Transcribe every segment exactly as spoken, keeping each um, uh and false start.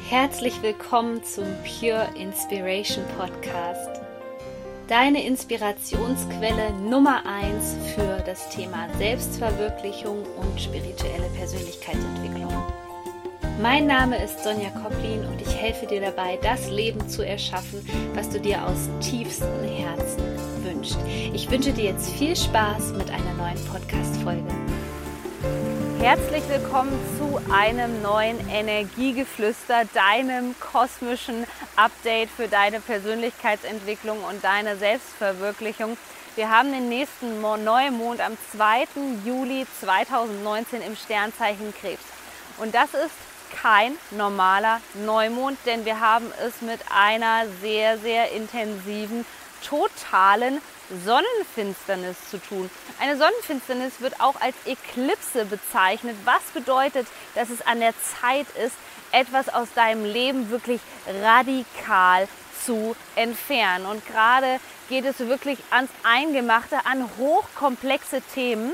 Herzlich willkommen zum Pure Inspiration Podcast. Deine Inspirationsquelle Nummer eins für das Thema Selbstverwirklichung und spirituelle Persönlichkeitsentwicklung. Mein Name ist Sonja Koplin und ich helfe dir dabei, das Leben zu erschaffen, was du dir aus tiefstem Herzen wünschst. Ich wünsche dir jetzt viel Spaß mit einer neuen Podcast-Folge. Herzlich willkommen zu einem neuen Energiegeflüster, deinem kosmischen Update für deine Persönlichkeitsentwicklung und deine Selbstverwirklichung. Wir haben den nächsten Neumond am zweiten Juli zweitausendneunzehn im Sternzeichen Krebs. Und das ist kein normaler Neumond, denn wir haben es mit einer sehr, sehr intensiven, totalen Sonnenfinsternis zu tun. Eine Sonnenfinsternis wird auch als Eklipse bezeichnet, was bedeutet, dass es an der Zeit ist, etwas aus deinem Leben wirklich radikal zu entfernen. Und gerade geht es wirklich ans Eingemachte, an hochkomplexe Themen,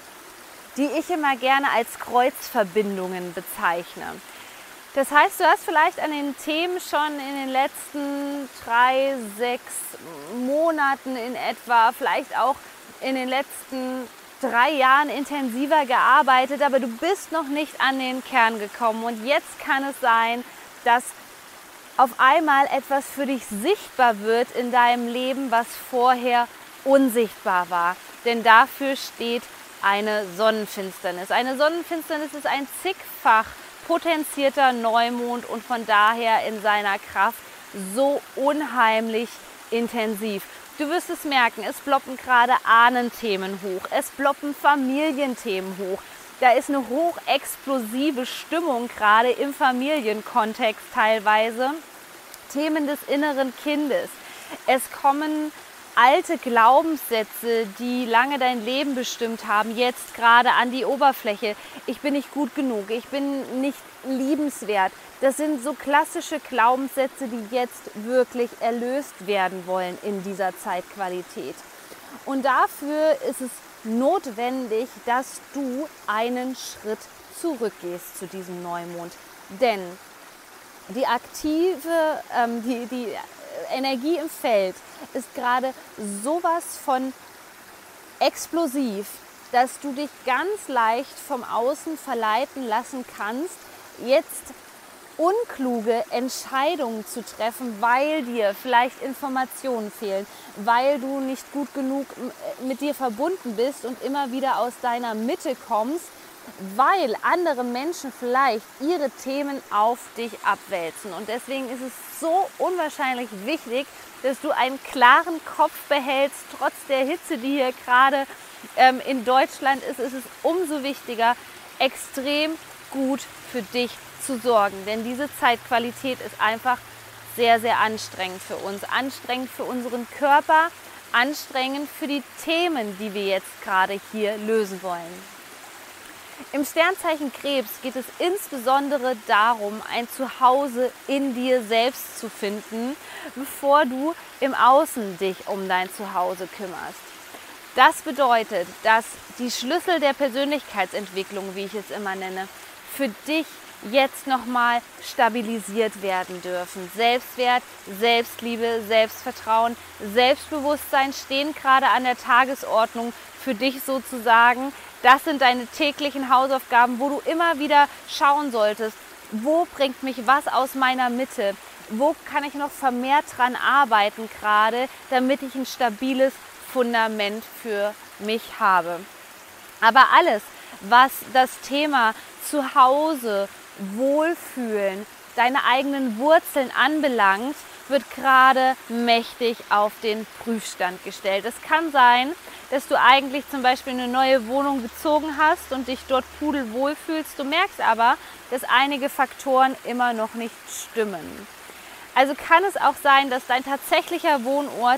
die ich immer gerne als Kreuzverbindungen bezeichne. Das heißt, du hast vielleicht an den Themen schon in den letzten drei, sechs Monaten in etwa, vielleicht auch in den letzten drei Jahren intensiver gearbeitet, aber du bist noch nicht an den Kern gekommen. Und jetzt kann es sein, dass auf einmal etwas für dich sichtbar wird in deinem Leben, was vorher unsichtbar war. Denn dafür steht eine Sonnenfinsternis. Eine Sonnenfinsternis ist ein zigfach potenzierter Neumond und von daher in seiner Kraft so unheimlich intensiv. Du wirst es merken, es ploppen gerade Ahnenthemen hoch, es ploppen Familienthemen hoch. Da ist eine hochexplosive Stimmung gerade im Familienkontext teilweise. Themen des inneren Kindes. Es kommen alte Glaubenssätze, die lange dein Leben bestimmt haben, jetzt gerade an die Oberfläche. Ich bin nicht gut genug, ich bin nicht liebenswert. Das sind so klassische Glaubenssätze, die jetzt wirklich erlöst werden wollen in dieser Zeitqualität. Und dafür ist es notwendig, dass du einen Schritt zurückgehst zu diesem Neumond. Denn die aktive, ähm, die, die Energie im Feld ist gerade sowas von explosiv, dass du dich ganz leicht vom Außen verleiten lassen kannst, jetzt unkluge Entscheidungen zu treffen, weil dir vielleicht Informationen fehlen, weil du nicht gut genug mit dir verbunden bist und immer wieder aus deiner Mitte kommst, weil andere Menschen vielleicht ihre Themen auf dich abwälzen. Und deswegen ist es so unwahrscheinlich wichtig, dass du einen klaren Kopf behältst, trotz der Hitze, die hier gerade ähm, in Deutschland ist, ist es umso wichtiger, extrem gut für dich zu sorgen. Denn diese Zeitqualität ist einfach sehr, sehr anstrengend für uns. Anstrengend für unseren Körper, anstrengend für die Themen, die wir jetzt gerade hier lösen wollen. Im Sternzeichen Krebs geht es insbesondere darum, ein Zuhause in dir selbst zu finden, bevor du im Außen dich um dein Zuhause kümmerst. Das bedeutet, dass die Schlüssel der Persönlichkeitsentwicklung, wie ich es immer nenne, für dich jetzt nochmal stabilisiert werden dürfen. Selbstwert, Selbstliebe, Selbstvertrauen, Selbstbewusstsein stehen gerade an der Tagesordnung für dich sozusagen. Das sind deine täglichen Hausaufgaben, wo du immer wieder schauen solltest, wo bringt mich was aus meiner Mitte, wo kann ich noch vermehrt dran arbeiten gerade, damit ich ein stabiles Fundament für mich habe. Aber alles, was das Thema Zuhause, Wohlfühlen, deine eigenen Wurzeln anbelangt, wird gerade mächtig auf den Prüfstand gestellt. Es kann sein, dass du eigentlich zum Beispiel eine neue Wohnung bezogen hast und dich dort pudelwohl fühlst. Du merkst aber, dass einige Faktoren immer noch nicht stimmen. Also kann es auch sein, dass dein tatsächlicher Wohnort,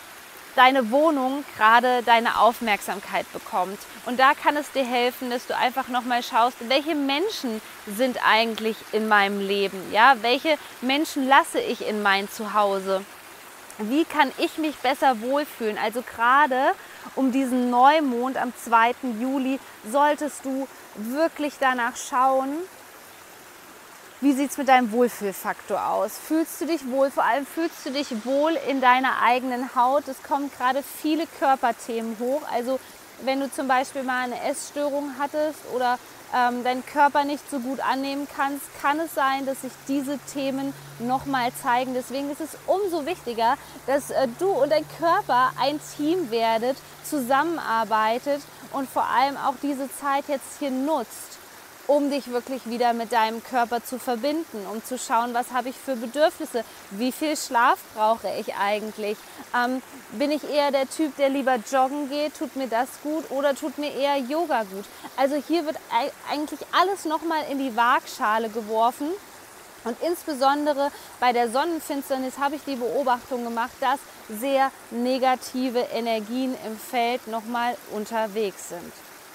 deine Wohnung gerade deine Aufmerksamkeit bekommt. Und da kann es dir helfen, dass du einfach nochmal schaust, welche Menschen sind eigentlich in meinem Leben? Ja? Welche Menschen lasse ich in mein Zuhause? Wie kann ich mich besser wohlfühlen? Also gerade um diesen Neumond am zweiten Juli solltest du wirklich danach schauen, Wie sieht es mit deinem Wohlfühlfaktor aus? Fühlst du dich wohl? Vor allem fühlst du dich wohl in deiner eigenen Haut? Es kommen gerade viele Körperthemen hoch. Also wenn du zum Beispiel mal eine Essstörung hattest oder ähm, deinen Körper nicht so gut annehmen kannst, kann es sein, dass sich diese Themen nochmal zeigen. Deswegen ist es umso wichtiger, dass äh, du und dein Körper ein Team werdet, zusammenarbeitet und vor allem auch diese Zeit jetzt hier nutzt, um dich wirklich wieder mit deinem Körper zu verbinden, um zu schauen, was habe ich für Bedürfnisse, wie viel Schlaf brauche ich eigentlich, ähm, bin ich eher der Typ, der lieber joggen geht, tut mir das gut oder tut mir eher Yoga gut. Also hier wird eigentlich alles nochmal in die Waagschale geworfen. Und insbesondere bei der Sonnenfinsternis habe ich die Beobachtung gemacht, dass sehr negative Energien im Feld nochmal unterwegs sind.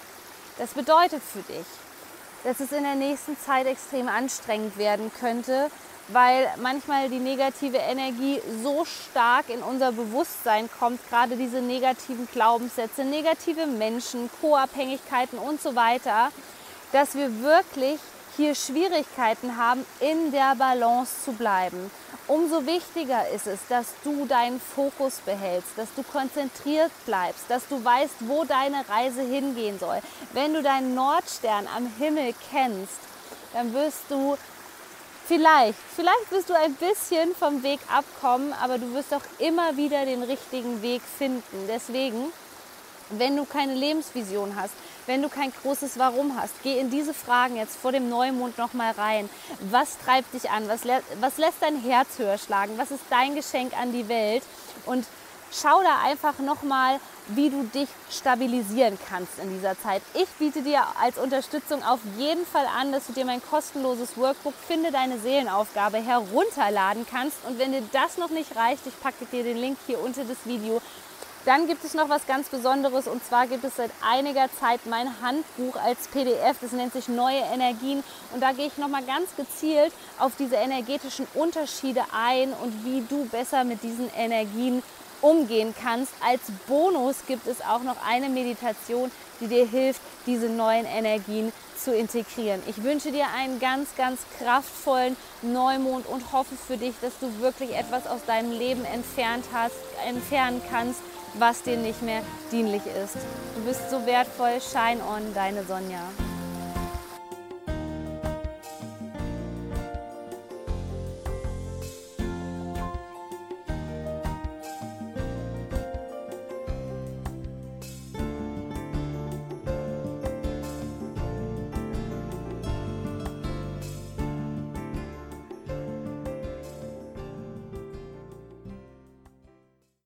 Das bedeutet für dich, dass es in der nächsten Zeit extrem anstrengend werden könnte, weil manchmal die negative Energie so stark in unser Bewusstsein kommt, gerade diese negativen Glaubenssätze, negative Menschen, Co-Abhängigkeiten und so weiter, dass wir wirklich hier Schwierigkeiten haben, in der Balance zu bleiben. Umso wichtiger ist es, dass du deinen Fokus behältst, dass du konzentriert bleibst, dass du weißt, wo deine Reise hingehen soll. Wenn du deinen Nordstern am Himmel kennst, dann wirst du vielleicht, vielleicht wirst du ein bisschen vom Weg abkommen, aber du wirst auch immer wieder den richtigen Weg finden. Deswegen, wenn du keine Lebensvision hast, wenn du kein großes Warum hast, geh in diese Fragen jetzt vor dem Neumond nochmal rein. Was treibt dich an? Was, lä- was lässt dein Herz höher schlagen? Was ist dein Geschenk an die Welt? Und schau da einfach nochmal, wie du dich stabilisieren kannst in dieser Zeit. Ich biete dir als Unterstützung auf jeden Fall an, dass du dir mein kostenloses Workbook Finde deine Seelenaufgabe herunterladen kannst. Und wenn dir das noch nicht reicht, ich packe dir den Link hier unter das Video. Dann gibt es noch was ganz Besonderes und zwar gibt es seit einiger Zeit mein Handbuch als P D F, das nennt sich Neue Energien und da gehe ich nochmal ganz gezielt auf diese energetischen Unterschiede ein und wie du besser mit diesen Energien umgehen kannst. Als Bonus gibt es auch noch eine Meditation, die dir hilft, diese neuen Energien zu integrieren. Ich wünsche dir einen ganz, ganz kraftvollen Neumond und hoffe für dich, dass du wirklich etwas aus deinem Leben entfernt hast, entfernen kannst, was dir nicht mehr dienlich ist. Du bist so wertvoll. Shine on, deine Sonja.